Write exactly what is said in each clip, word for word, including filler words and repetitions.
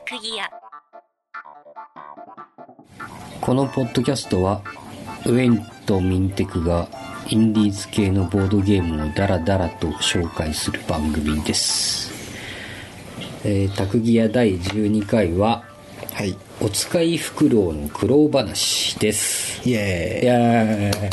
クギア。 このポッドキャストはウェンとミンテクがインディーズ系のボードゲームをダラダラと紹介する番組です。えー、タクギアだいじゅうにかいは、 はい、 お使いフクロウの苦労話です。 イエーイ。 いやー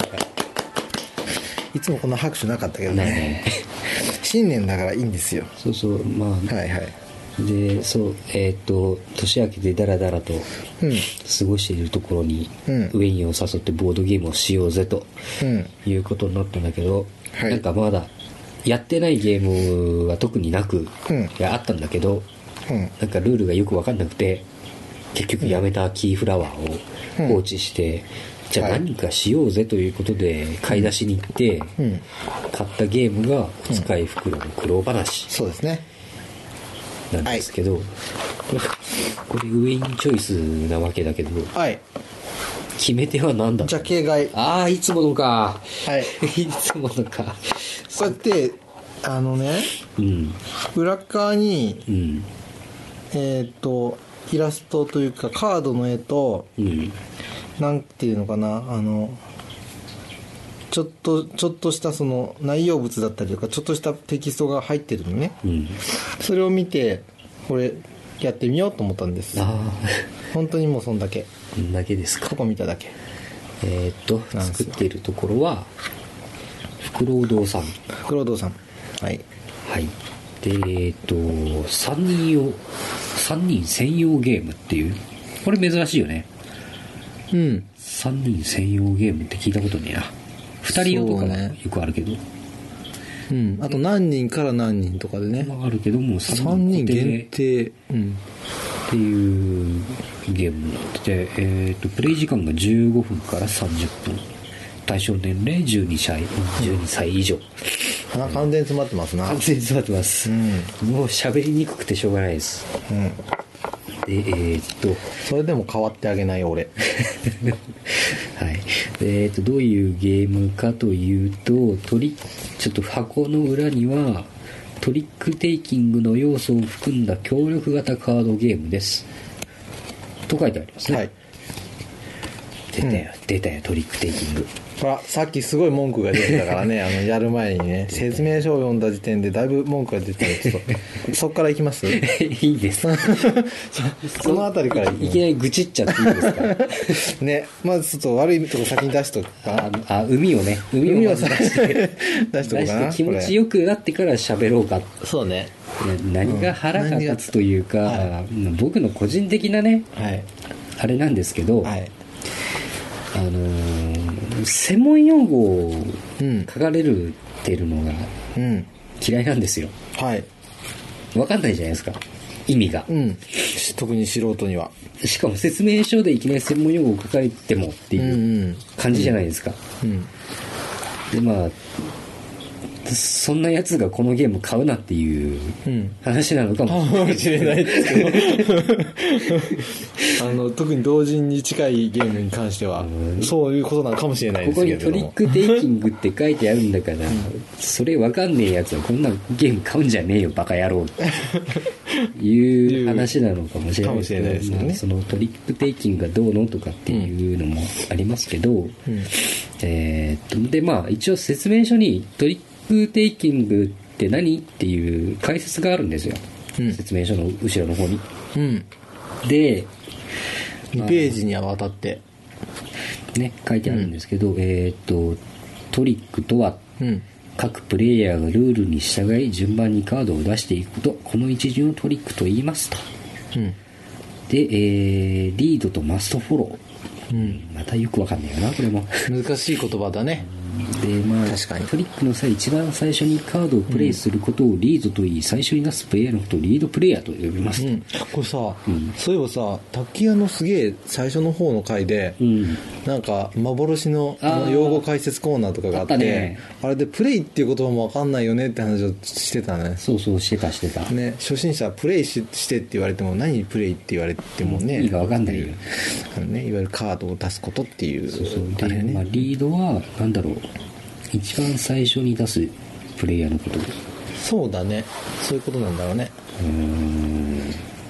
いつもこんな拍手なかったけどね。 ね新年だからいいんですよ。 そうそう、まあ、 はいはい。 で、そう、えっ、ー、と年明けてダラダラと過ごしているところに、うん、ウェインを誘ってボードゲームをしようぜと、うん、いうことになったんだけど、はい、なんかまだやってないゲームは特になく、うん、あったんだけど、うん、なんかルールがよく分かんなくて結局やめたキーフラワーを放置して、うん、じゃあ何かしようぜということで買い出しに行って、うん、買ったゲームがお使い袋の苦労話、 うん、そうですねなんですけど、はい、これウェインチョイスなわけだけど、はい、決め手は何だった？ じゃあ形骸。 ああ、いつものか。 はいいつものか。 こうやってあのね、うん、裏側に、うん、えっ、ー、とイラストというかカードの絵と、うん、なんていうのかな、あのちょっとちょっとしたその内容物だったりとかちょっとしたテキストが入ってるのね、うん、それを見てこれやってみようと思ったんです。あ本当にもうそんだけこんだけですか。 ここ見ただけ。 えー、っと作っているところはフクロウ堂さん。 フクロウ堂さん、はいはい。でえー、っとさんにん用さんにん専用ゲームっていう、これ珍しいよね。うん。さんにん専用ゲームって聞いたことねえな。ふたり用とかよくあるけど、 うん、あと何人から何人とかでねあるけどもさんにん限定、うん、 っていうゲームになってて、えー、とプレイ時間がじゅうごふんからさんじゅっぷん、対象年齢じゅうにさい、じゅうにさい以上。 鼻完全に詰まってますな。 完全に詰まってます、うん、もう喋りにくくてしょうがないです、うん、でえー、っとそれでも変わってあげない俺はい。えー、とどういうゲームかというと、トリちょっと箱の裏にはトリックテイキングの要素を含んだ協力型カードゲームですと書いてありますね。はい、出たよ、うん、出たよトリックテイキング。 ほらさっきすごい文句が出てたからねあのやる前にね説明書を読んだ時点でだいぶ文句が出てたんですけどそっからいきますいいですそのあたりから い, いきなり愚痴っちゃっていいですかね。まずちょっと悪いとこ先に出しとくか。 ああ海をね海を出して出しとくかな。 気持ちよくなってから喋ろうか。 そうね。 何が腹が立つというか、はい、僕の個人的なね、はい、あれなんですけど、はい、あのー、専門用語を書かれるってるのが嫌いなんですよ、うん、はい。分かんないじゃないですか意味が、うん、 特に素人には。 しかも説明書でいきなり専門用語を書かれてもっていう感じじゃないですか、うんうん、でまあそんなやつがこのゲーム買うなっていう話なのかもしれないですけどあの特に同人に近いゲームに関しては、うん、そういうことなのかもしれないですけども、 ここにトリックテイキングって書いてあるんだから、うん、それ分かんねえやつはこんなゲーム買うんじゃねえよバカ野郎っていう話なのかもしれないですけど、ですね、まあ、そのトリックテイキングがどうのとかっていうのもありますけど、うん、えー、っとでまあ一応説明書にトリックテイキングって何っていう解説があるんですよ、うん、説明書の後ろの方に、うん、でにページにはわたってね書いてあるんですけど、うん、えー、っとトリックとは、うん、各プレイヤーがルールに従い順番にカードを出していくこと、この一巡をトリックと言いますと、うん、で、えー、リードとマストフォロー、うん、またよくわかんないよなこれも難しい言葉だね。 でまあ、確かにトリックの際一番最初にカードをプレイすることをリードといい、うん、最初に出すプレイヤーのことをリードプレイヤーと呼びます、うん、 これさ、うん、そういえばさタキヤのすげえ最初の方の回で、うん、なんか幻 の, あの用語解説コーナーとかがあって あ,、ね、あれでプレイっていう言葉も分かんないよねって話をしてたね。 そうそうしてたしてた、 ね、初心者プレイ し, してって言われても何プレイって言われてもね、 意味が分かんないよ、 ね、いわゆるカードを出すことっていう。 そうそうで、ね、まあ、リードはなんだろう一番最初に出すプレイヤーのこと。 そうだね、そういうことなんだろうね。うーん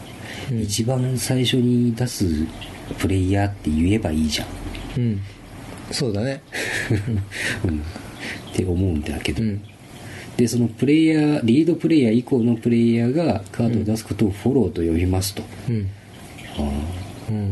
うん、一番最初に出すプレイヤーって言えばいいじゃん。 うん、そうだね、 うん、って思うんだけど、うん、でそのプレイヤーリードプレイヤー以降のプレイヤーがカードを出すことをフォローと呼びますと、うん、ああ、うんうん、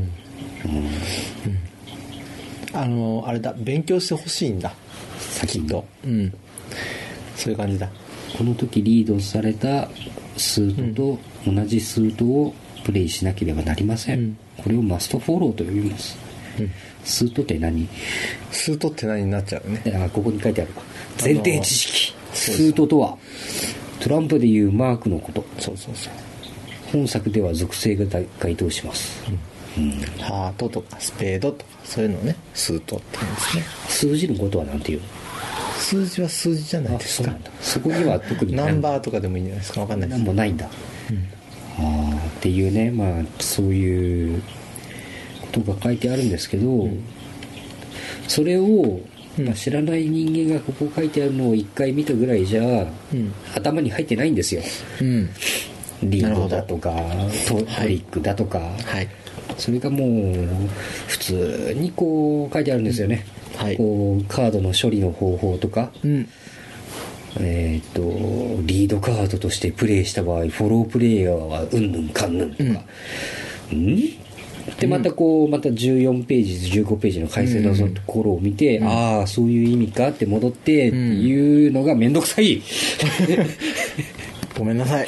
あのあれだ、勉強してほしいんだ先と、うん、そういう感じだ。 この時リードされたスートと同じスートをプレイしなければなりません、うん、これをマストフォローと呼びます、うん、スートって何？ スートって何になっちゃうね。 あ、ここに書いてあるわ。前提知識。スートとはトランプでいうマークのこと。 そうそうそう。 本作では属性が該当します、 うんうん、ハートとかスペードとかそういうのね、スートって言うんですね。 数字のことは何て言うの？ 数字は数字じゃないですか。 そ, そこには特にナンバーとかでもいいんじゃないですか。分かんないです。 何もないんだ、うん、あっていうね、まあそういうことが書いてあるんですけど、うん、それを、まあ、知らない人間がここ書いてあるのを一回見たぐらいじゃ、うん、頭に入ってないんですよ、うん、リードだとかトリックだとか、はいはい、それがもう普通にこう書いてあるんですよね、うん、はい、こうカードの処理の方法とか、うん、えー、っとリードカードとしてプレイした場合フォロープレイヤーはうんぬんかんぬんとか、うん、んでまたこうまたじゅうよんページじゅうごページの解説のところを見て、うん、ああそういう意味かって戻ってっていうのがめんどくさい、うん、 ごめんなさい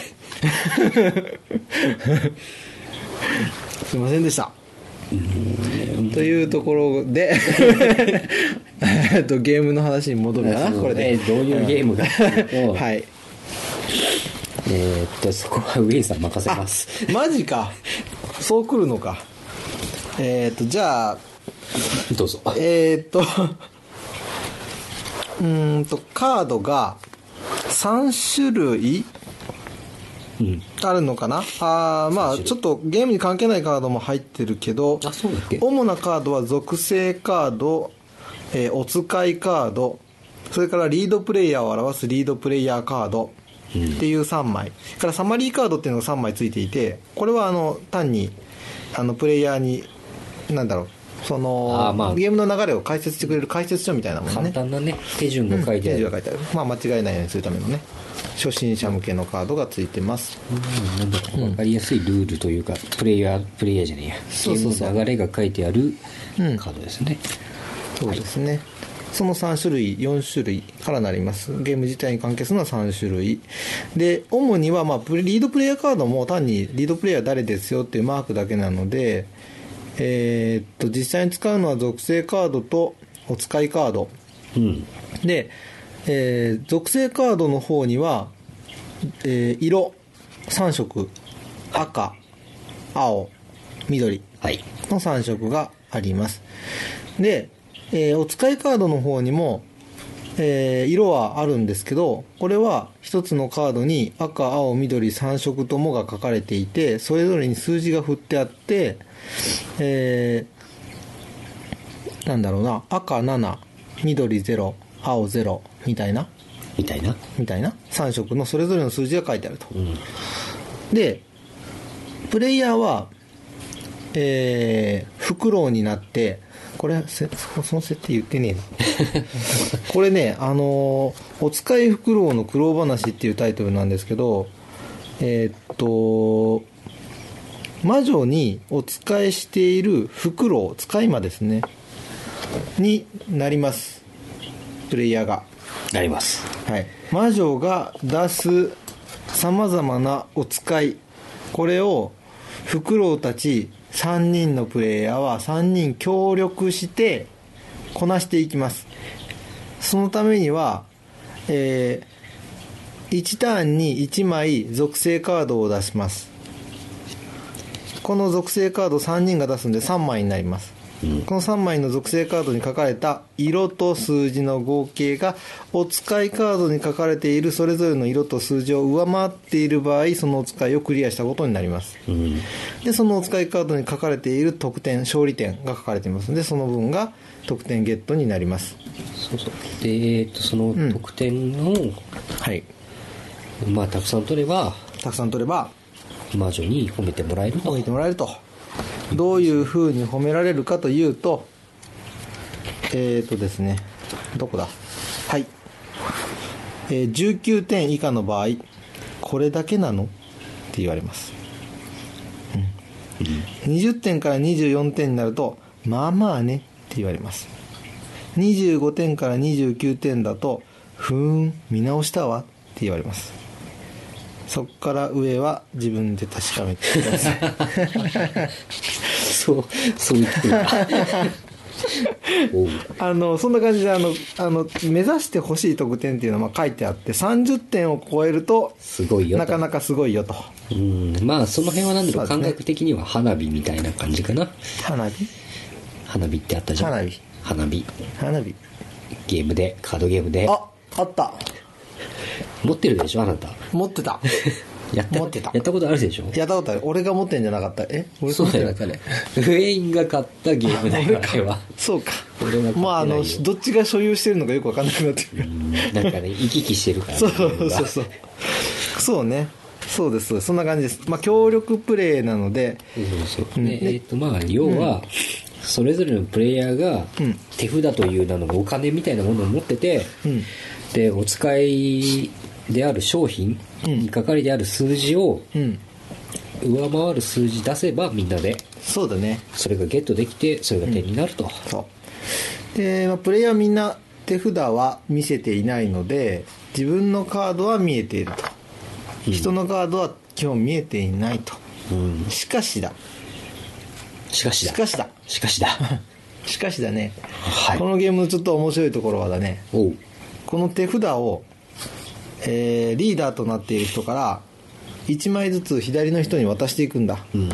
すいませんでした。というところでとゲームの話に戻るかな、これでどういうゲームがはいえー、っとそこはウェイさん任せます。 マジか、そう来るのか。えー、っとじゃあどうぞ。 えー、っとうーんとカードがさん種類うん、あるのかな。あ、まあちょっとゲームに関係ないカードも入ってるけど、 あ、そうだっけ。 主なカードは属性カード、えー、お使いカード、それからリードプレイヤーを表すリードプレイヤーカードっていうさんまい、うん、からサマリーカードっていうのがさんまいついていて、これはあの単にあのプレイヤーになんだろう、そのあ、まあ、ゲームの流れを解説してくれる解説書みたいなものね。 簡単なね手順が書いてある、 うん、手順が書いてある。まあ間違えないようにするためのね、初心者向けのカードがついてます。 うん、なんだか分かりやすいルールというか、うん、プレイヤープレイヤーじゃねえや、そうそうそう、ゲームの流れが書いてあるカードですね、 うん、そうですね、はい、そのさん種類よん種類からなります。ゲーム自体に関係するのはさん種類で、主にはまあリードプレイヤーカードも単にリードプレイヤー誰ですよっていうマークだけなので、えー、っと実際に使うのは属性カードとお使いカード、うん、で、えー、属性カードの方には、えー、色さん色、赤、青、緑のさん色があります。で、えー、お使いカードの方にも、えー、色はあるんですけど、これは一つのカードに赤、青、緑さん色ともが書かれていて、それぞれに数字が振ってあって、えー、なんだろうな、赤なな、緑ゼロ、青ゼロみたいなみたいなみたいなさん色のそれぞれの数字が書いてあると、うん、でプレイヤーは、えー、フクロウになって、これその設定言ってねえなこれね、あのー、お使いフクロウの苦労話っていうタイトルなんですけど、えー、っと魔女にお仕えしているフクロウ、使い魔ですねになります。プレイヤーがなります、 はい、魔女が出すさまざまなお使い、これをフクロウたちさんにんのプレイヤーはさんにん協力してこなしていきます。そのためには、えー、いちターンにいちまい属性カードを出します。この属性カードさんにんが出すんでさんまいになります。このさんまいの属性カードに書かれた色と数字の合計がお使いカードに書かれているそれぞれの色と数字を上回っている場合、そのお使いをクリアしたことになります、うん、でそのお使いカードに書かれている得点、勝利点が書かれていますので、その分が得点ゲットになります。 そうそう。で、えー、とその得点を、うん、はい、まあたくさん取ればたくさん取れば魔女に褒めてもらえると褒めてもらえるとどういう風に褒められるかというとえーとですねどこだはい、えー、じゅうきゅうてん以下の場合これだけなのって言われます、うん、にじゅってんからにじゅうよんてんになるとまあまあねって言われます。にじゅうごてんからにじゅうきゅうてんだとふーん見直したわって言われます。そっから上は自分で確かめてくださいそうそう言ってるあのそんな感じであのあの目指してほしい得点っていうのはまあ書いてあってさんじゅってんを超えるとすごいよなかなかすごいよと。 うんまあその辺は何だろう、ね、感覚的には花火みたいな感じかな。 花火花火ってあったじゃん。 花火花火花火ゲームでカードゲームでああった持ってるでしょあなた。 持ってたやった持ってたやったことあるでしょ。 やったことある。俺が持ってんじゃなかった。え俺が持ってなかったね。 ウェインが買ったゲームだよあれは。 そうか。 俺は買ってないよ。 まああのどっちが所有してるのかよく分かんなくなってるなんかね行き来してるから、ね、 そうそうそうそうねそうですそうですそんな感じです。まあ協力プレイなのでそうそう、ね、えー、とまあ要は、うんそれぞれのプレイヤーが手札という名のお金みたいなものを持ってて、うん、でお使いである商品に係である数字を上回る数字出せばみんなでそうだねそれがゲットできてそれが点になると、うん、 そうで、まあ、プレイヤーみんな手札は見せていないので自分のカードは見えていると、うん、人のカードは基本見えていないと、うん、しかしだしかしだしかしだしかしだしかしだね、 はい、 このゲームのちょっと面白いところはだねおうこの手札を、えー、リーダーとなっている人からいちまいずつ左の人に渡していくんだ、うん、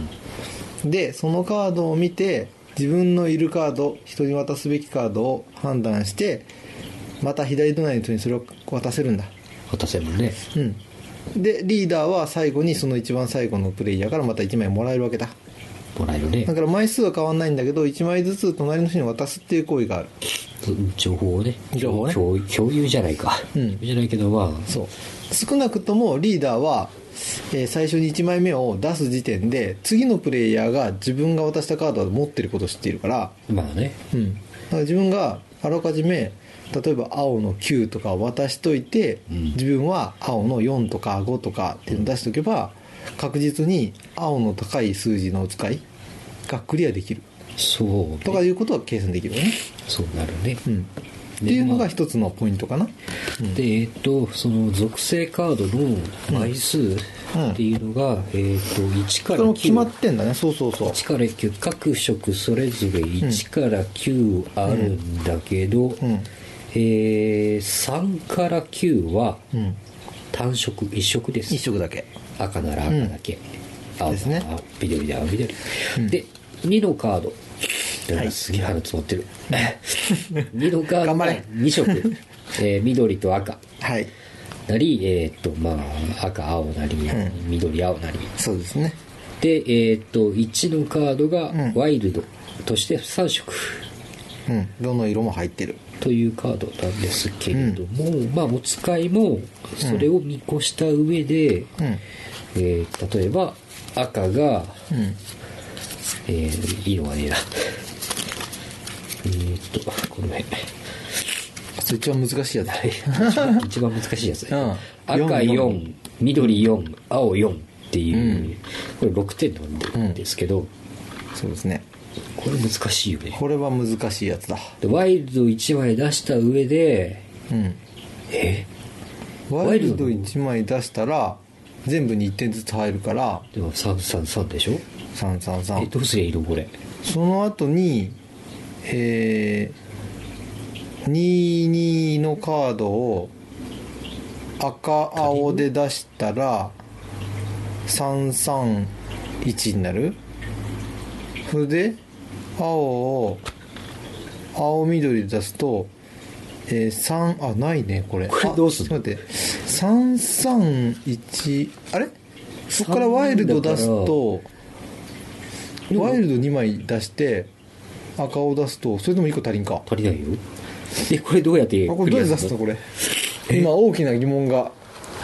でそのカードを見て自分のいるカード人に渡すべきカードを判断してまた左隣の人にそれを渡せるんだ。 渡せるね。 うんでリーダーは最後にその一番最後のプレイヤーからまたいちまいもらえるわけだ。 もらえるね。 だから枚数は変わんないんだけどいちまいずつ隣の人に渡すっていう行為がある。 情報をね情報をね共, 共有じゃないか、うん、じゃないけどまあそう少なくともリーダーは、えー、最初にいちまいめを出す時点で次のプレイヤーが自分が渡したカードを持ってることを知っているからまあね、 うん、だから自分があらかじめ例えば青のきゅうとかを渡しといて、うん、自分は青のよんとかごとかっていうのを出しておけば、うん、確実に青の高い数字のお使いがクリアできるそう、ね、 とかいうことは計算できるよね。 そうなるね、 うん、っていうのが一つのポイントかな、うん、 でえっ、ー、とその属性カードの枚数っていうのが、うん、えっ、ー、といちからきゅう決まってんだね。そうそうそういちからきゅう各色それぞれいちからきゅうあるんだけど、うんうんえー、さんからきゅうは単色いっ色です。 いっ色だけ赤なら赤だけ、うん、青ですね、 緑で青緑、うん、でにのカードはい、すげえ鼻詰まってるにのカードがに色、えー、緑と赤なり、えー、っとまあ赤青なり、うん、緑青なりそうですね。 で、えー、っといちのカードがワイルドとしてさん色、 うん、どの色も入ってるというカードなんですけれども、うん、まあお使いもそれを見越した上で、うんえー、例えば赤が、うんえー、色がねえなえーっとこの辺それ一番難しいやつ一番一番難しいやつ、うん、赤よん緑よん青よんっていう、うん、これろくてんなんですけど、うん、 そうですね。 これ難しいよね。 これは難しいやつだ。 でワイルドいちまい出した上で、うん、えワイルドいちまい出したら全部にいってんずつ入るからでもさんさんさんでしょ。 さんさんさんえどうすりゃいいのこれ。 その後にえー、にじゅうにのカードを赤青で出したらさんさんいちになる。それで青を青緑で出すと、えー、さんあないねこれ。 これどうするの。 待ってさんさんいちあれそこからワイルド出すとワイルドにまい出して赤を出すとそれでもいっこ足りんか。 足りないよ。でこれどうやってあこれどうやって出すのこれ今大きな疑問が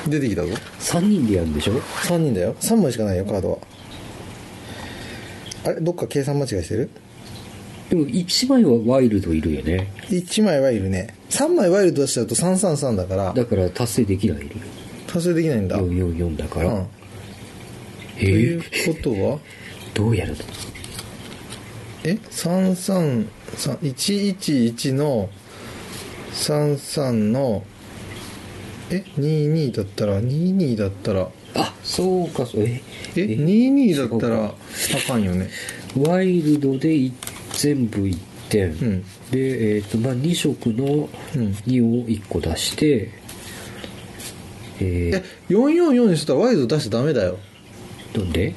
出てきたぞ。 さんにんでやるんでしょ。 さんにんだよ。さんまいしかないよカードは。あれどっか計算間違いしてる？ でもいちまいはワイルドいるよね。 いちまいはいるね。さんまいワイルド出しちゃうとさんさんさんだから。 だから達成できない。 達成できないんだ。 よんよんよんだから、うん、 えー、ということはどうやるの？ えさんさんさんいちいちいちのさんさんのえにじゅうにだったらにじゅうにだったらあそうかそうえええにじゅうにだったらあかんよね。 ワイルドで全部いってん、うん、で、えーとまあ、に色のにをいっこ出して、うん、 えー、よんよんよんにしたらワイルド出しちゃダメだよ。 なんで？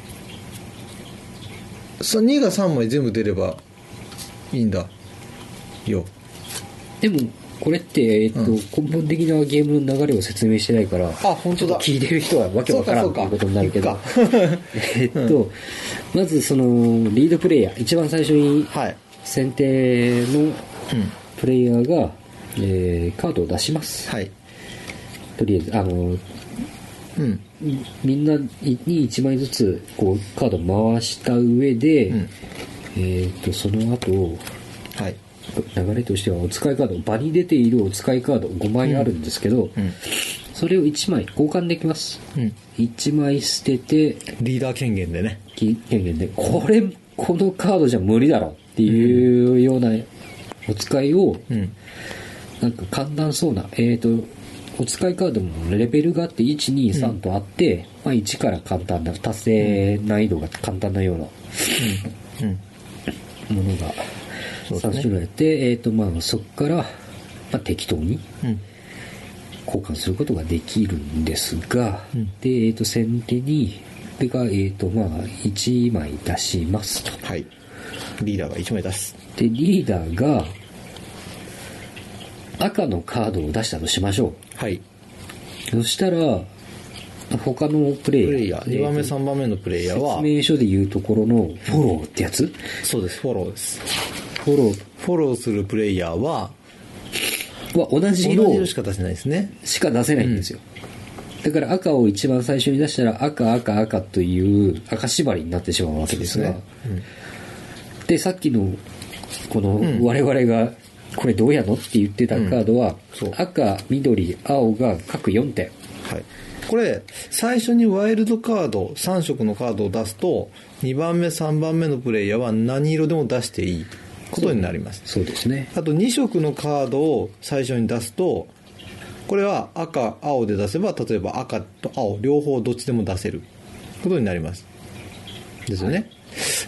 にがさんまい全部出ればいいんだよ。 でもこれって、えーとうん、根本的なゲームの流れを説明してないから、あ本当だ、 聞いてる人はわけわからんということになるけどえっと、うん、まずそのリードプレイヤー一番最初に選定のプレイヤーが、はいえー、カードを出します、はい、とりあえずあの、うん、みんなにいちまいずつこうカードを回した上で、うん、えーとその後、はい流れとしてはお使いカード場に出ているお使いカードごまいあるんですけど、うんうん、それをいちまい交換できます、うん、いちまい捨ててリーダー権限でね権限でこれこのカードじゃ無理だろっていうようなお使いを、うん、なんか簡単そうなえーとお使いカードもレベルがあっていちにさんとあって、うんまあ、いちから簡単な達成難易度が簡単なような、うんうん、ものがさん種類あって、えーとまあ、そこから、まあ、適当に交換することができるんですが、うん、で、えーと先手にこれが、えーとまあ、いちまい出しますと、 はい、リーダーがいちまい出す。 でリーダーが赤のカードを出したとしましょう。はい。そしたら他のプレイヤー、プレイヤーにばんめさんばんめのプレイヤーは説明書でいうところのフォローってやつ、 そうです、フォローです。 フォローフォローするプレイヤーはは同じ色同じ色しか出せないですね。 しか出せないんですよ、うん、だから赤を一番最初に出したら赤赤赤という赤縛りになってしまうわけですが、で、ねうん、でさっきのこの我々がこれどうやのって言ってたカードは、うん、赤緑青が各よんてん、 はい、これ最初にワイルドカードさん色のカードを出すとにばんめさんばんめのプレイヤーは何色でも出していいことになります。 そうですね。 あとに色のカードを最初に出すとこれは赤青で出せば例えば赤と青両方どっちでも出せることになりますですよね、はい、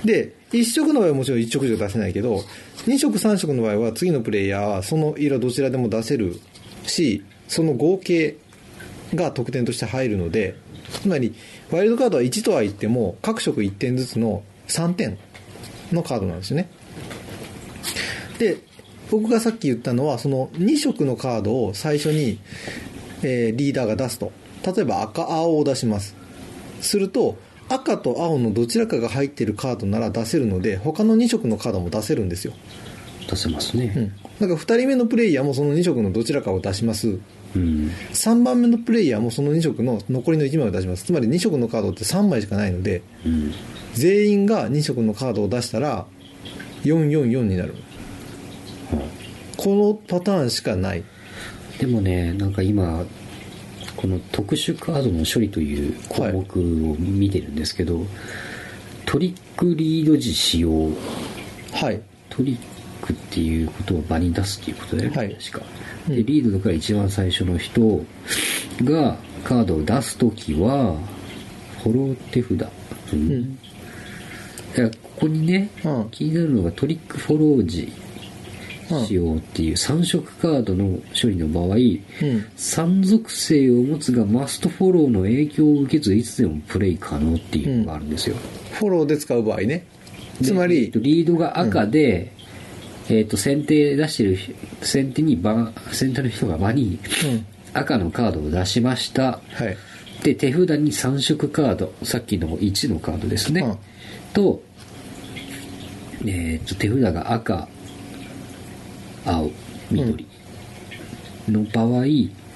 でいち色の場合はもちろんいち色しか出せないけどに色さん色の場合は次のプレイヤーはその色どちらでも出せるしその合計が得点として入るのでつまりワイルドカードはいちとは言っても各色いってんずつのさんてんのカードなんですよね。で僕がさっき言ったのはそのに色のカードを最初に、えー、リーダーが出すと例えば赤青を出します。すると赤と青のどちらかが入っているカードなら出せるので他のに色のカードも出せるんですよ。 出せますね、うん、 だからふたりめのプレイヤーもそのに色のどちらかを出します、うん、さんばんめのプレイヤーもそのに色の残りのいちまいを出します。つまりに色のカードってさんまいしかないので、うん、全員がに色のカードを出したらよんよんよんになる、うん、このパターンしかない。 でもねなんか今この特殊カードの処理という項目を見てるんですけど、はい、トリックリード時使用、はい、トリックっていうことを場に出すっていうことだよね、はい、確か、うん、でリードだから一番最初の人がカードを出すときはフォロー手札、うんうん、だからここにね、うん、気になるのがトリックフォロー時使用っていうさん色カードの処理の場合、うん、さん属性を持つがマストフォローの影響を受けずいつでもプレイ可能っていうのがあるんですよ、 うん、フォローで使う場合ね。つまりリードが赤で、うんえー、と先手出してる先手に場先手の人が場に赤のカードを出しました、うんはい、で手札にさん色カードさっきのいちのカードですね、うん、と,、えー、と手札が赤青緑の場合、うん、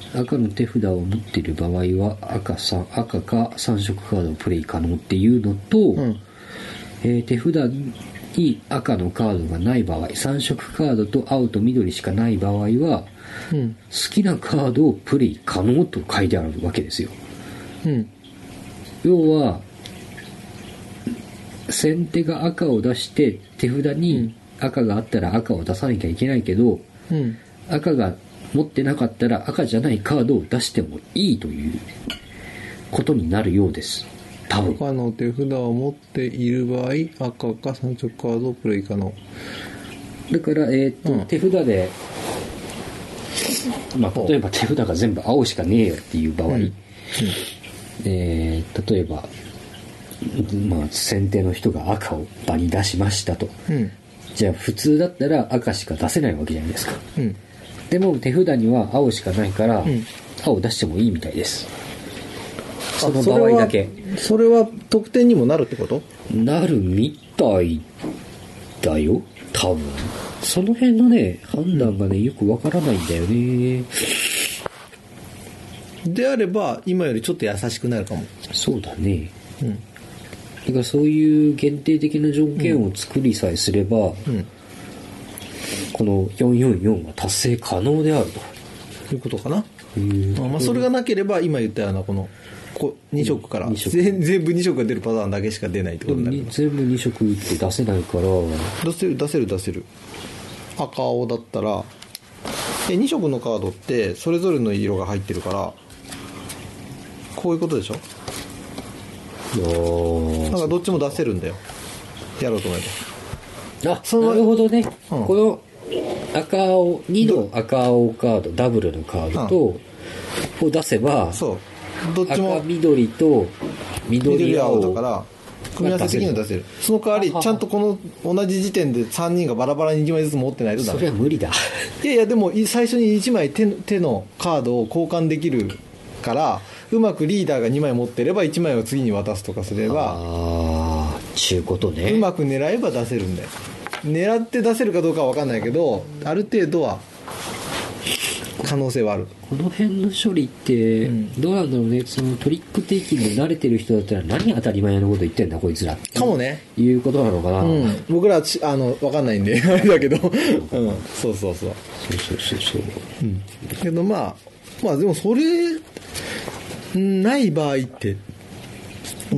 赤の手札を持っている場合は赤さ赤かさん色カードをプレイ可能っていうのと、うん、えー、手札に赤のカードがない場合、さん色カードと青と緑しかない場合は、うん、好きなカードをプレイ可能と書いてあるわけですよ、うん、要は先手が赤を出して手札に赤があったら赤を出さなきゃいけないけど、うん、赤が持ってなかったら赤じゃないカードを出してもいいということになるようです。多分赤の手札を持っている場合、赤かさん色カードをプレイ可能だから、えーとうん、手札で、まあ、例えば手札が全部青しかねえよっていう場合、うんうん、えー、例えば、まあ、先手の人が赤を場に出しましたと、うん、じゃあ普通だったら赤しか出せないわけじゃないですか、うん、でも手札には青しかないから、うん、青出してもいいみたいです。その場合だけ。 それは、それは得点にもなるってこと？ なるみたいだよ多分。その辺のね判断がねよくわからないんだよね。 であれば今よりちょっと優しくなるかも。 そうだね、うん、だからそういう限定的な条件を作りさえすれば、うんうん、このよんよんよんは達成可能であるということかな。あ、まあ、それがなければ今言ったようなこのこに色からに色全部に色が出るパターンだけしか出ないってことになる。 全部に色って出せないから出せる出せる出せる。赤青だったらえに色のカードってそれぞれの色が入ってるからこういうことでしょ。なんかどっちも出せるんだよやろうと思えば。あ、そのなるほどね、うん、この赤青にの赤青カードダブルのカードと、うん、を出せばそうどっちも赤緑と緑 青, 緑青だから組み合わせ的には出せる。その代わりちゃんとこの同じ時点でさんにんがバラバラにいちまいずつ持ってないとダメ。 それは無理だ。 いやいやでも最初にいちまい 手, 手のカードを交換できるからうまくリーダーがにまい持ってればいちまいを次に渡すとかすれば、 ああちゅうことね。 うまく狙えば出せるんだよ。狙って出せるかどうかは分かんないけどある程度は可能性はある。 この辺の処理ってどうなんだろうね、うん、そのトリックテイキング慣れてる人だったら何当たり前のこと言ってんだこいつらかもねいうことなのかな、うん、 僕らあの分かんないんであれだけど、うん、そうそうそうそうそうそうそう、 うん、けどまあまあでもそれない場合ってうん、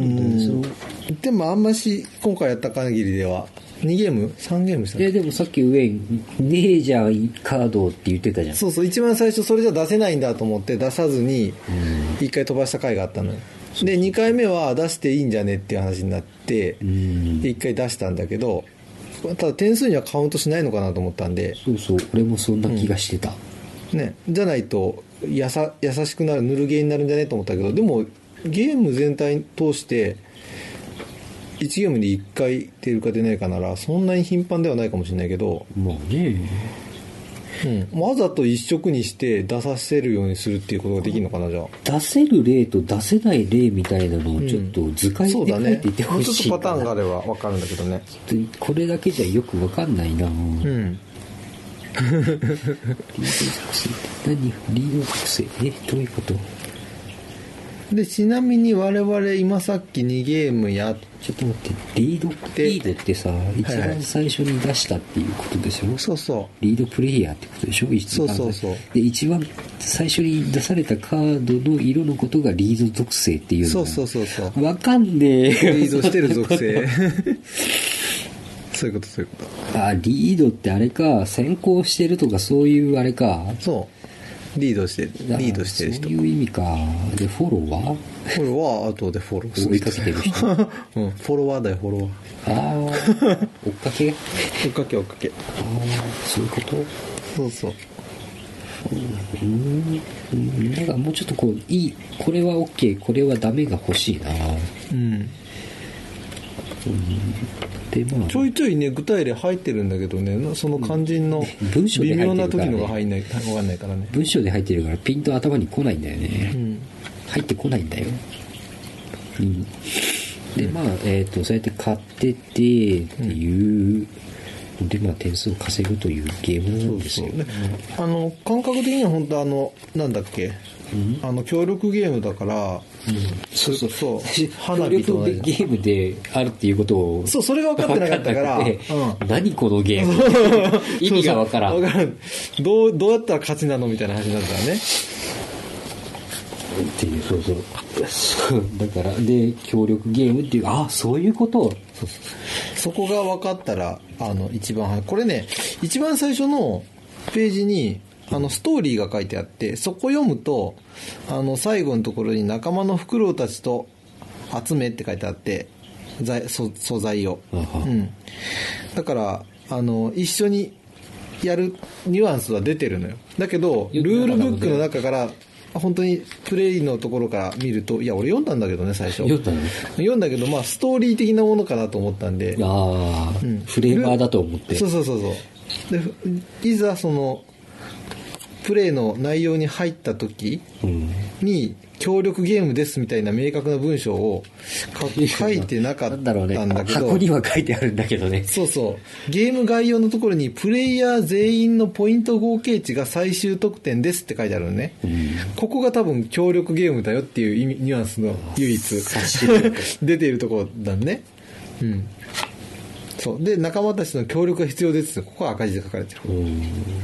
でもあんまし今回やった限りではにゲームさんゲームした。 えでもさっき上ねえじゃんカードって言ってたじゃん。 そうそう一番最初それじゃ出せないんだと思って出さずにいっかい飛ばした回があったのよ。でにかいめは出していいんじゃねっていう話になっていっかい出したんだけどただ点数にはカウントしないのかなと思ったんで。 そうそう俺もそんな気がしてた、 うん、ねじゃないとやさ優しくなるぬるゲーになるんじゃねと思ったけどでもゲーム全体通していちゲームでいっかい出るか出ないかならそんなに頻繁ではないかもしれないけどまあね、 うん、わざと一色にして出させるようにするっていうことができるのかな。じゃあ出せる例と出せない例みたいなのをちょっと図解で書いていってほしい、うん、 そうだね、もうちょっとパターンがあれば分かるんだけどね。 これだけじゃよく分かんないな。うんリード属性って何？リード属性えどういうこと？ でちなみに我々今さっきにゲームやっちょっと待ってリードリードってさ一番最初に出したっていうことでしょ、はいはい、 そうそうリードプレイヤーってことでしょ。 そうそうそうで一番最初に出されたカードの色のことがリード属性っていうの。 そうそうそうそうわかんねえリードしてる属性そういうことそういうこと。あリードってあれか先行してるとかそういうあれか。 そうリードしてるリードしてる人そういう意味か。でフォローはフォローは後でフォローする追いかけてる人、うん、 フォロワーだよフォロワー。 ああ追っかけ追っかけ追っかけ。ああそういうこと。 そうそううんうんなんかもうちょっとこういいこれは OK これはダメが欲しいな。うんでまあ、ちょいちょいね具体例入ってるんだけどねその肝心の微妙な時のが入んない分かんないからね。 文章で入ってるからピンと頭に来ないんだよね、うん、入ってこないんだよ、うん、でまあえっ、ー、とそうやって買っててっていうでまあ点数を稼ぐというゲームなんですよ。 そうそうね、あの感覚的には本当あのなんだっけ、うん、あの協力ゲームだから、うん、そうそうそう花火と同じゲームであるっていうことをそうそれが分かってなかったから、うん、 何このゲーム意味が分からんそうそう分からんどうどうやったら勝ちなのみたいな話になったからねっていうそうそうそうだからで協力ゲームっていうあそういうことそうそうそこが分かったらあの一番早いこれね一番最初のページにあのストーリーが書いてあってそこ読むとあの最後のところに仲間のフクロウたちと集めって書いてあって素素材を、うん、だからあの一緒にやるニュアンスは出てるのよだけどルールブックの中から本当にプレイのところから見るといや俺読んだんだけどね最初読んだの読んだけどまあストーリー的なものかなと思ったんでああ、うん、フレーバーだと思ってそうそうそうそうでいざそのプレイの内容に入った時に、うん、協力ゲームですみたいな明確な文章を書いてなかったんだけど、 なんだろうね、箱には書いてあるんだけどねそうそうゲーム概要のところにプレイヤー全員のポイント合計値が最終得点ですって書いてあるのね、うん、ここが多分協力ゲームだよっていう意味ニュアンスの唯一出ているところだねうんそうで仲間たちの協力が必要ですここは赤字で書かれてるうん、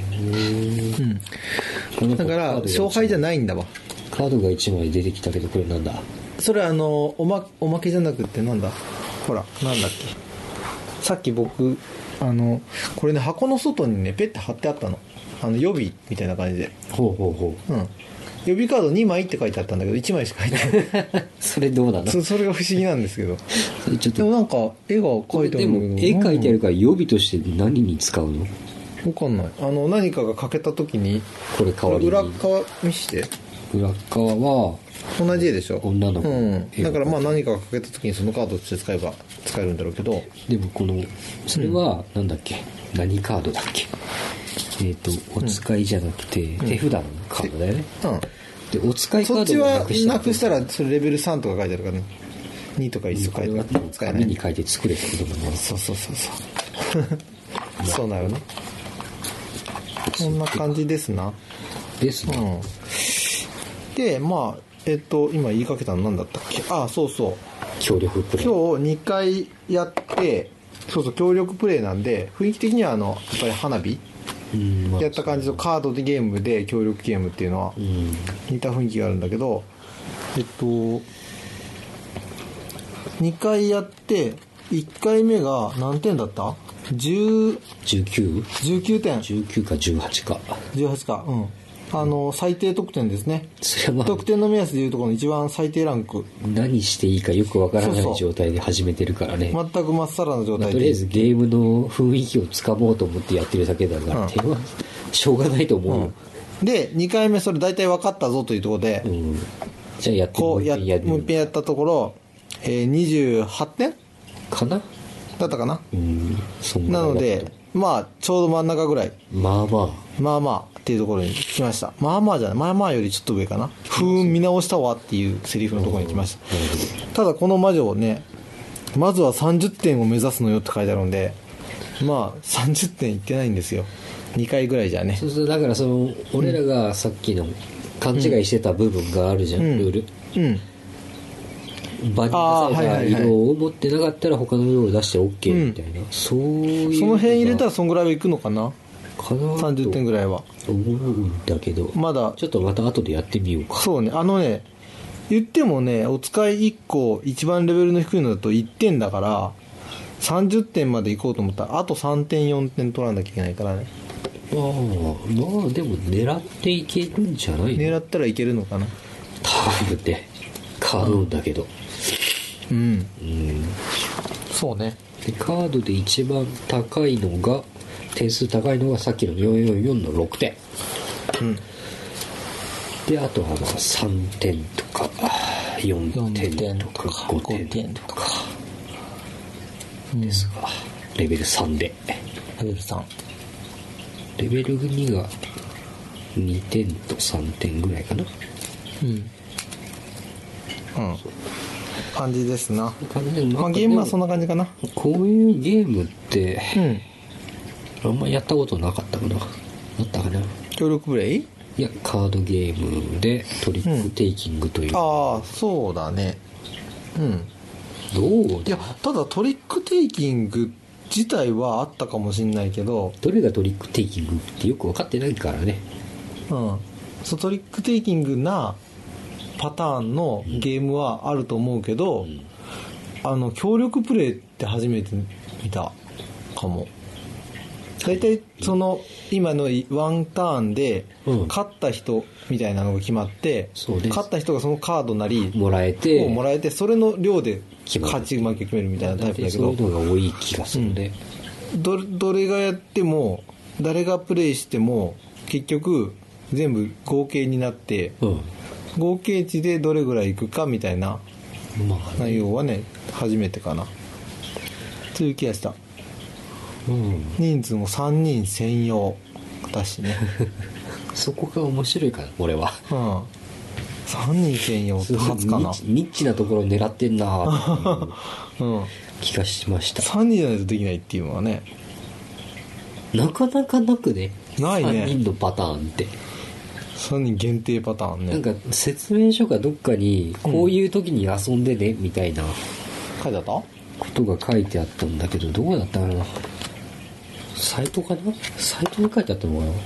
うん、だから勝敗じゃないんだわカードがいちまい出てきたけどこれなんだそれはあのおま、おまけじゃなくってなんだほらなんだっけさっき僕あのこれね箱の外にねペッて貼ってあったのあの予備みたいな感じでほうほうほう、うん、 予備カードにまいって書いてあったんだけどいちまいしか書いてないそれどうなのそ, それが不思議なんですけどちょっとでもなんか絵が描いてあるんだけど絵描いてあるから予備として何に使うの分かんないあの何かが欠けた時にこれ代わりに裏側見して裏側は同じ絵でしょ女の子、 うん、だからまあ何かが欠けた時にそのカードとして使えば使えるんだろうけどでもこのそれはなんだっけ、うん、何カードだっけえっ、ー、とお使いじゃなくて、うん、手札のカードだよね、うん、でお使いカードをなくしたそっちはなくしたらそれレベルさんとか書いてあるからねにとかいちとか書いてある使えない紙に書いて作れってことだねそうそうそうそうそうなるねこんな感じですなですね、うんでまあえっと今言いかけたの何だったっけああそうそう協力プレイ今日にかいやってそうそう協力プレイなんで雰囲気的にはあのやっぱり花火うんやった感じのカードでゲームで協力ゲームっていうのは似た雰囲気があるんだけどえっとにかいやっていっかいめが何点だったじゅうじゅうきゅう? じゅうきゅうてんじゅうきゅうかじゅうはちかじゅうはちかうんあの最低得点ですねそれは得点の目安でいうところの一番最低ランク何していいかよくわからない状態で始めてるからね全くまっさらな状態で、まあ、 とりあえずゲームの雰囲気をつかもうと思ってやってるだけだから、うん、点はしょうがないと思う、 うん、でにかいめそれ大体分かったぞというところで、うん、 じゃあやってこうやもう一遍やったところ、えー、にじゅうはってんかなだったかなうんそんなのでまあちょうど真ん中ぐらいまあまあまあまあっていうところに来ましたまあまあじゃないまあまあよりちょっと上かな不運見直したわっていうセリフのところに来ましたただこの魔女をねまずはさんじゅってんを目指すのよって書いてあるんでまあさんじゅってんいってないんですよにかいぐらいじゃねそうそうだからその俺らがさっきの勘違いしてた部分があるじゃん、うん、ルールうん場に出された色を持ってなかったら他の色を出して OK みたいな、うん、そういうその辺入れたらそんぐらいはいくのかなかなさんじゅってんぐらいは思うんだけどまだちょっとまた後でやってみようかそうねあのね言ってもねお使いいっこ一番レベルの低いのだといってんだからさんじゅってんまでいこうと思ったらあとさんてんよんてん取らなきゃいけないからねああまあでも狙っていけるんじゃないの狙ったらいけるのかな多分ねカードだけどうん、うん、そうねでカードで一番高いのが点数高いのがさっきのよんよんよんのろくてん、うん、であとはまあさんてんとかよんてんとかごてんとかですが、うん、レベルさんでレベルさんレベルにがにてんとさんてんぐらいかなうんうん感じですな、まあ、ゲームはそんな感じかなこういうゲームって、 あんまやったことなかったかな。あったかな。 協力プレイ？ いや、カードゲームでトリックテイキングという、 うん、ああそうだね。うんどうだ。 いやただトリックテイキング自体はあったかもしれないけど、 どれがトリックテイキングってよく分かってないからね。 うんそうトリックテイキングなパターンのゲームはあると思うけど、うん、あの協力プレイって初めて見たかも。大体その今のワンターンで勝った人みたいなのが決まって、うん、勝った人がそのカードなりもらえてもらえてそれの量で勝ち負け決めるみたいなタイプだけど、 そういうのが多い気がするね、 うん、ど, どれがやっても誰がプレイしても結局全部合計になって、うん、合計値でどれぐらいいくかみたいな内容はね初めてかなという気がした。うん、人数もさんにん専用だしねそこが面白いかな俺は、うん、 さんにん専用って初かな。 ニッチなところを狙ってんなっていう気がしました、 うん、さんにんじゃないとできないっていうのはねなかなかなくね。 ないねさんにんのパターンってさんにん限定パターンね。 なんか説明書がどっかにこういう時に遊んでね、うん、みたいな書いてあったことが書いてあったんだけど、どこだったかな。サイトかな。サイトに書いてあったのかな。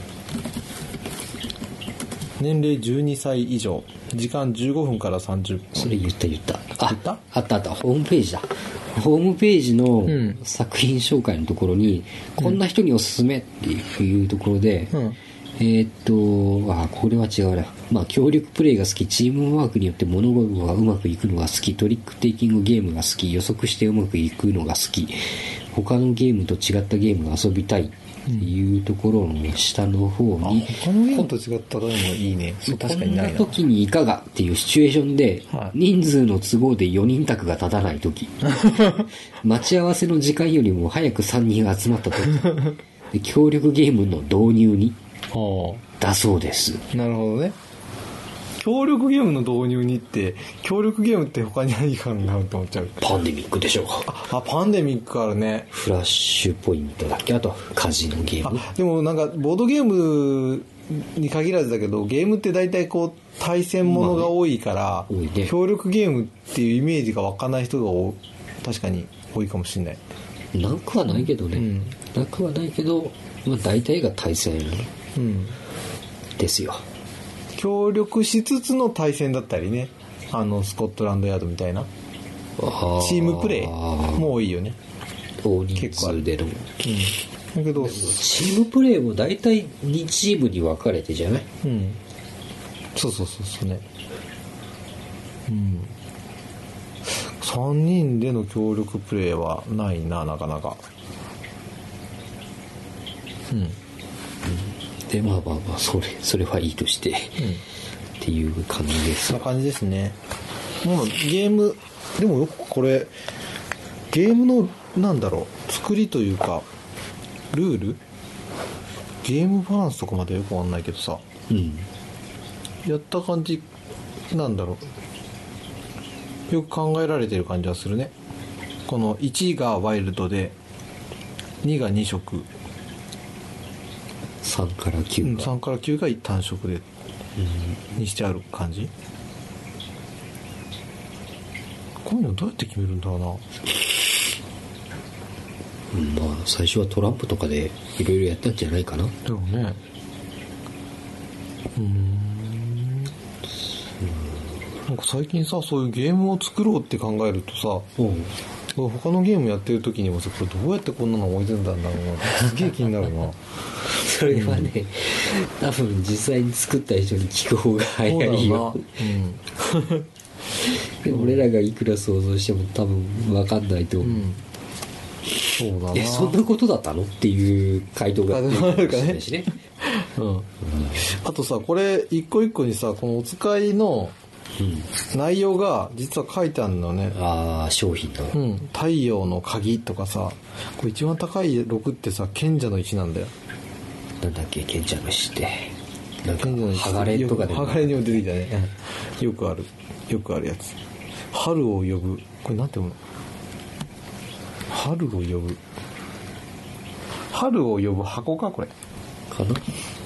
年齢じゅうにさい以上、時間じゅうごふんからさんじゅっぷん。 それ言った言ったあ言ったあったあった。ホームページだ。ホームページの作品紹介のところに、うん、こんな人におすすめっていうところで、うん、えー、っとあこれは違うな。まあ協力プレイが好き、チームワークによって物事がうまくいくのが好き、トリックテイキングゲームが好き、予測してうまくいくのが好き、他のゲームと違ったゲームが遊びたいっていうところの下の方に、 うん、他のゲームと違ったゲームいいね。そう確かにないな。 こんな時にいかがっていうシチュエーションで、はい、人数の都合でよにん択が立たない時待ち合わせの時間よりも早くさんにん集まった時で協力ゲームの導入にだそうです。 なるほどね。協力ゲームの導入にって協力ゲームって他に何かあるんだろうと思っちゃう。 パンデミックでしょう。 あ, あパンデミックあるね。 フラッシュポイントだっけ。あとカジノゲーム。 あでもなんかボードゲームに限らずだけどゲームって大体こう対戦ものが多いから、まあねね、協力ゲームっていうイメージが湧かない人が確かに多いかもしれない。 なくはないけどね、うん、なくはないけど、まあ、大体が対戦ですよ、 うん、協力しつつの対戦だったりね。あのスコットランドヤードみたいなチームプレイも多いよね。 大人数での、うん、 だけどチームプレイも大体にチームに分かれてじゃない、 うん、そうそうそうそうね、うん、さんにんでの協力プレイはないな、なかなか。うん、うん、 でまあまあまあそれそれはいいとして、うん、っていう感じです。 そんな感じですね。もうゲームでもよくこれゲームのなんだろう作りというかルールゲームバランスとかまでよくわかんないけどさ、うん、やった感じなんだろうよく考えられてる感じはするね。このいちがワイルドでにがに色、 さんからきゅうが、うん、 さんからきゅうが単色で、うん、にしてある感じ。こういうのどうやって決めるんだろうな。 うん、まあ最初はトランプとかでいろいろやったんじゃないかな。 でもね、うーん、なんか最近さそういうゲームを作ろうって考えるとさ、うん、他のゲームやってる時にもさこれどうやってこんなの思いついたんだろうなすげえ気になるなそれはね、うん、多分実際に作った人に聞く方が早いよ。うん、俺らがいくら想像しても多分分かんないと思う、うん、 そうだな。 えそんなことだったのっていう回答があるかもしれないしね、 うんうん、あとさこれ一個一個にさこのお使いの内容が実は書いてあるのね、 うん、ああ商品の、 うん、太陽の鍵とかさ、これ一番高いろくってさ賢者の石なんだよ。 なんだっけ賢者の石ってなんか剥がれとかで剥がれにも出てきたねよくあるよくあるやつ。春を呼ぶ、これなんていうの、春を呼ぶ春を呼ぶ箱かこれかな。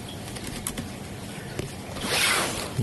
うん。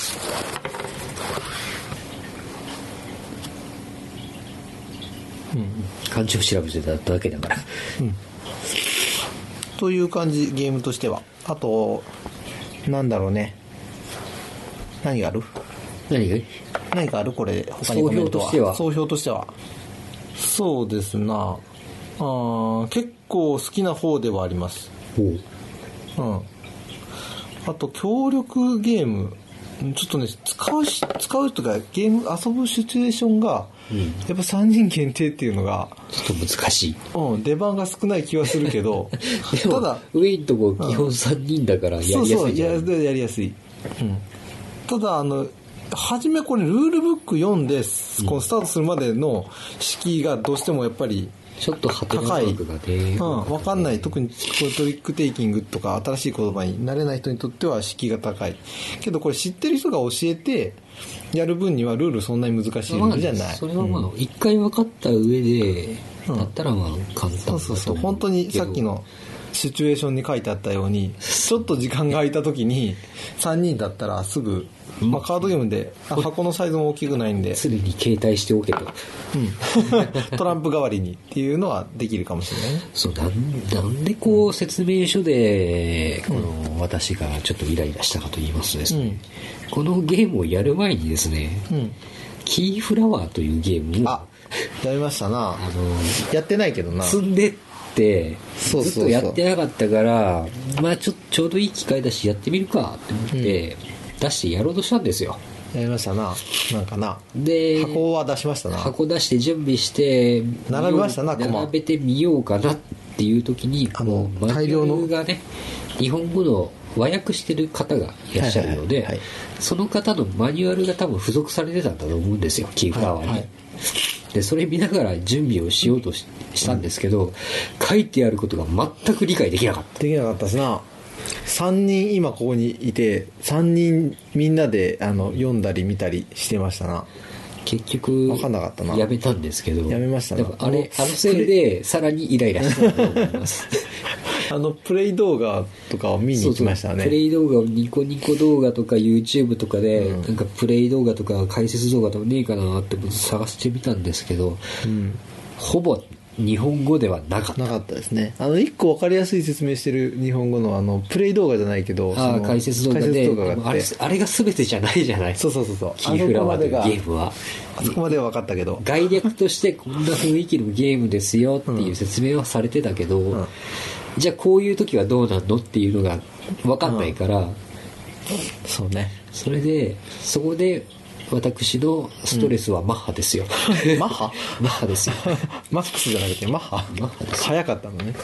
うん、漢字を調べてただけだから、うん、 という感じ。ゲームとしてはあとなんだろうね、何がある何が何かあるこれ他にコメントは。総評としては総評としてはそうですなあ、結構好きな方ではあります。ほう、うん、あと協力ゲームちょっとね使うし使うとかゲーム遊ぶシチュエーションが、うん、やっぱさんにん限定っていうのがちょっと難しい、 うん、出番が少ない気はするけどでもただウェインとこ基本さんにんだからやりやすいじゃん、そうそう や, やりやすい、うん、ただあの初めこれルールブック読んで、うん、このスタートするまでの敷居がどうしてもやっぱりちょっと高い、うん、 分かんない。特にトリックテイキングとか新しい言葉に慣れない人にとっては敷居が高いけど、これ知ってる人が教えてやる分にはルールそんなに難しいルールじゃない、まあ、 それはまあ一、うん、回分かった上でだったらまあ簡単だと思う、うん、そうそうそう、 本当にさっきのシチュエーションに書いてあったようにちょっと時間が空いた時にさんにんだったらすぐ、まあ、カードゲームで箱のサイズも大きくないんで常に携帯しておけと、 うん、トランプ代わりにっていうのはできるかもしれないね。 そうなん、なんでこう説明書でこの私がちょっとイライラしたかと言いますとですね、うん、このゲームをやる前にですね、うん、キーフラワーというゲームをあやりましたな。あのやってないけどな、 積んでってずっとやってなかったから、まあちょ、ちょうどいい機会だしやってみるかって思って、うん、出してやろうとしたんですよ。 やりましたな。なんかなで箱は出しましたな。 箱出して準備して並べましたな。 並べてみようかなっていう時にあの大量のがね日本語の和訳してる方がいらっしゃるので、はいはいはい、その方のマニュアルが多分付属されてたんだと思うんですよ、キーフラワーに、はいはい。でそれ見ながら準備をしようと し, したんですけど、うん、書いてあることが全く理解できなかった。 できなかったですな。さんにん今ここにいてさんにんみんなであの読んだり見たりしてましたな。 結局分かんなかったな。 やめたんですけど、 やめましたな。 あれあのせいでさらにイライラしたと思いますあのプレイ動画とかを見に行きましたね。そうそうプレイ動画をニコニコ動画とか YouTube とかで、うん、なんかプレイ動画とか解説動画とかねえかなって探してみたんですけど、うん、ほぼ日本語ではなかった。 なかったですね。あの一個分かりやすい説明してる日本語のあのプレイ動画じゃないけど、 あ解説動画で動画があって、あれ、あれが全てじゃないじゃない。 そうそうそうそう。 キーフラワーというゲームはあそこまでは分かったけど、 概略としてこんな雰囲気のゲームですよっていう説明はされてたけど、うんうん、じゃあこういう時はどうなんのっていうのが分かんないから、うん、 そうね。 それでそこで私のストレスはマッハですよ、 うん、マッハマッハですよマックスじゃなくてマッハマッハです。 早かったのね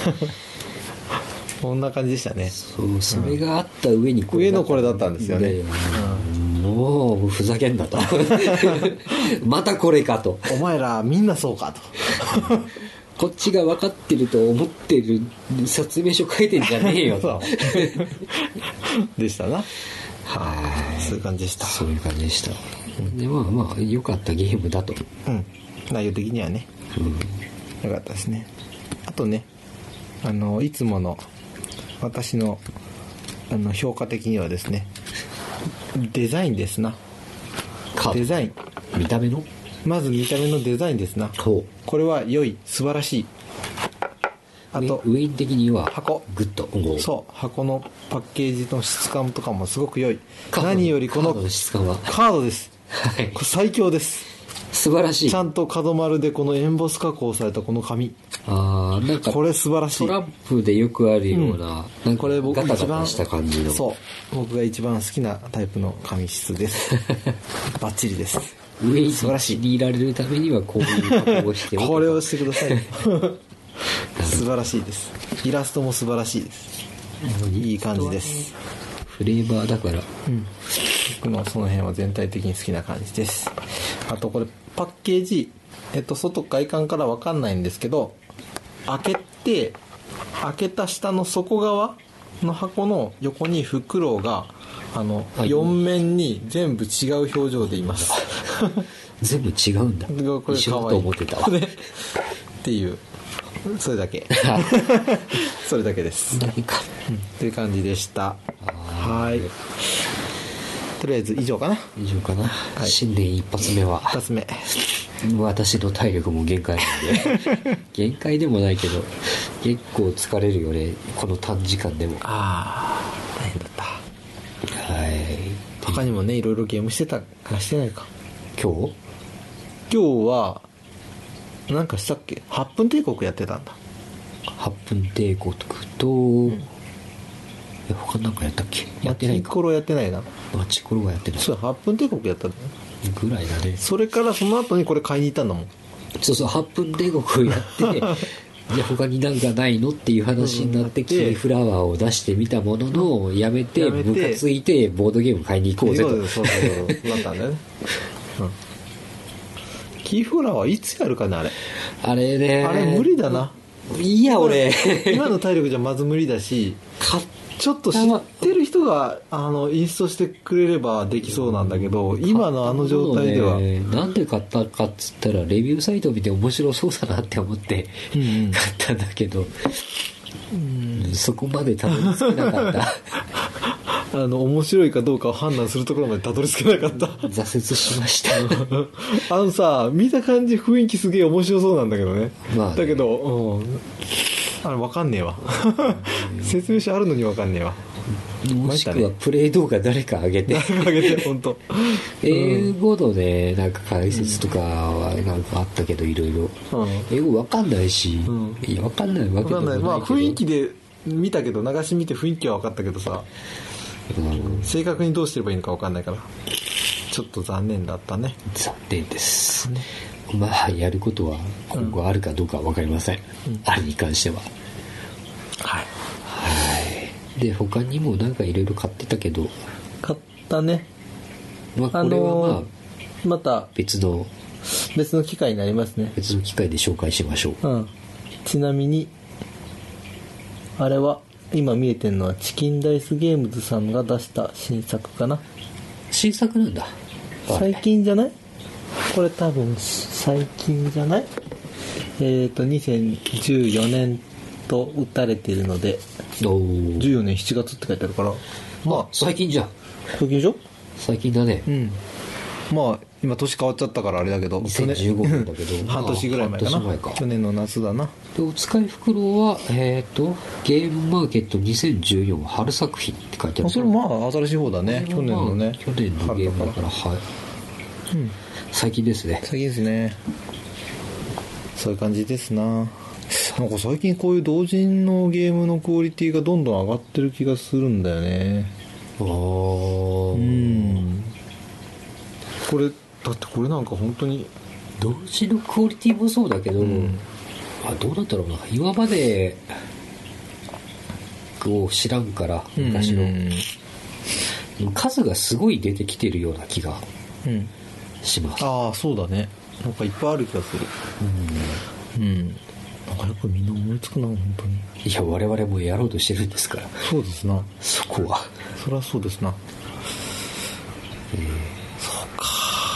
こんな感じでしたね。 そうそれがあった上にこれ、うん、上のこれだったんですよね、 うん、もうふざけんなとまたこれかと、 お前らみんなそうかとこっちが分かってると思ってる説明書書いてんじゃねえよとでしたな。 はい、 そういう感じでした。 そういう感じでした。でまあまあ良かったゲームだと。 うん。内容的にはね。うん。良かったですね。あとね、あのいつもの私のあの評価的にはですね、デザインですな。デザイン。 見た目の？ まず見た目のデザインですな。これは良い、素晴らしい。あとウェイン的には箱グッド。 そう箱のパッケージの質感とかもすごく良い。何よりこのカードの質感はカードです、はい、これ最強です。 素晴らしい。 ちゃんと角丸でこのエンボス加工されたこの紙、 あーなんかこれ素晴らしい。 トランプでよくあるような、うん、なんかこれ僕ガタガタした感じの、 そう僕が一番好きなタイプの紙質ですバッチリです。 ウェインに気に入られるためにはこういう加工をしてこれをしてください素晴らしいです。イラストも素晴らしいです。いい感じです。 フレーバーだから、 うん、僕のその辺は全体的に好きな感じです。あとこれパッケージ、えっと外外観から分かんないんですけど、開けて開けた下の底側の箱の横にフクロウがあの、はい、よん面に全部違う表情でいます全部違うんだ。 これ一緒だと思ってたわっていうそれだけそれだけです何か、 うん、という感じでした。はい、とりあえず以上かな以上かな、はい、新年一発目は一発目私の体力も限界なんで限界でもないけど結構疲れるよね、この短時間でも。 ああ大変だった。 はい、 他にもねいろいろゲームしてたかしてないか。今日今日はなんかしたっけ。はっぷん帝国やってたんだ。 はっぷん帝国と、うん、え他なんかやったっけ。やってないか。 マチコロやってないな。 マチコロはやってない。 そうはっぷん帝国やったんだよぐらいだね。 それからその後にこれ買いに行ったんだもん。 そうそうはっぷん帝国をやってじゃあ他になんかないのっていう話になってキーフラワーを出してみたもののやめてムカついてボードゲーム買いに行こうぜと。 そうそうそうなったんだよね、うん、キーフラワーいつやるかねあれ。 あれねあれ無理だな。 いや俺今の体力じゃまず無理だしちょっと知ってる人があのインストしてくれればできそうなんだけど今のあの状態では、 ね、なんで買ったかっつったらレビューサイト見て面白そうだなって思って買ったんだけど、うんうん、そこまでたどり着けなかったあの面白いかどうかを判断するところまでたどり着けなかった挫折しましたあのさ見た感じ雰囲気すげえ面白そうなんだけどね、まあね、だけど、うん、あれ分かんねえわ説明書あるのに分かんねえわ。 もしくはプレイ動画誰か上げて誰か上げて本当英語のねなんか解説とかはなんかあったけどいろいろ英語分かんないし、うん、いや分かんないわけでもないけど、 まあ雰囲気で見たけど流し見て雰囲気は分かったけどさ、うん、正確にどうしてればいいのか分かんないからちょっと残念だったね。 残念です、ね、まあやることは今後あるかどうかは分かりません、うん、あれに関しては。 はいはいで他にもなんかいろいろ買ってたけど買ったね。 まあこれはまあ、あのー、また別の別の機会になりますね。 別の機会で紹介しましょう、 うん、ちなみにあれは今見えてるのはチキンダイスゲームズさんが出した新作かな。 新作なんだ。 最近じゃないこれ多分最近じゃない。えっとにせんじゅうよねんと打たれているのでじゅうよねんしちがつって書いてあるからまあ最近じゃん。 最近でしょ。 最近だね。 うんまあ今年変わっちゃったからあれだけどにせんじゅうごねんだけど半年ぐらい前かな。半年前か。去年の夏だな。 でお使い袋はえっ、ー、とゲームマーケットにせんじゅうよん春作品って書いてある。 それまあ新しい方だね。去年のね去年のゲームだからはい、うん、最近ですね。 最近ですね。そういう感じですな。なんか最近こういう同人のゲームのクオリティがどんどん上がってる気がするんだよね。 ああうんこれだってこれなんか本当に同時のクオリティもそうだけど、うん、あどうだったろうな今までを知らんから昔の、うん、数がすごい出てきてるような気がします、 うん、ああそうだねなんかいっぱいある気がするうん、うん、なんかやっぱみんな思いつくな本当に。 いや我々もやろうとしてるんですから。 そうですなそこはそりゃそうですな。 えー、 そうか、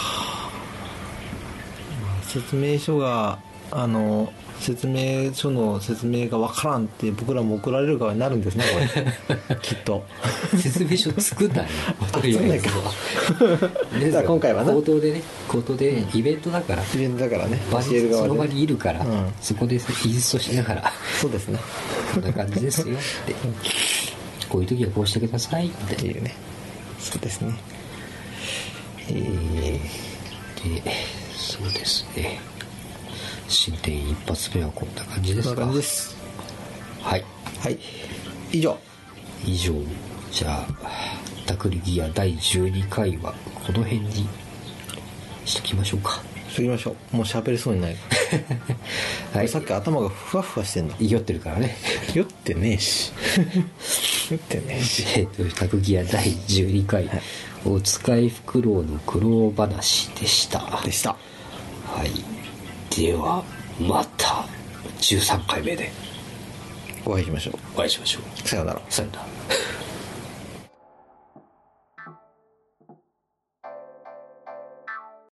まあ、説明書があの説明書の説明がわからんって僕らも怒られる側になるんですねこれきっと説明書作んないの作んないかじゃあ今回はな口頭でね口頭でイベントだから、 イベントだからね場にその場にいるから、うん、そこでインストしながらそうですねこんな感じですよってこういう時はこうしてくださいっていうね。そうですねえー、でそうですね新店一発目はこんな感じですか。 こんな感じです。 はいはい以上以上じゃあタクリギアだいじゅうにかいはこの辺にしときましょうか。 しときましょう。もう喋れそうにないはい、さっき頭がふわふわしてんの。 酔ってるからね。 酔ってねえし酔ってねえしえっとタクギアだいじゅうにかい、はい、お使いフクロウの苦労話でしたでしたはいではまたじゅうさんかいめでお会いしましょう。 お会いしましょう。さようなら。 さようなら。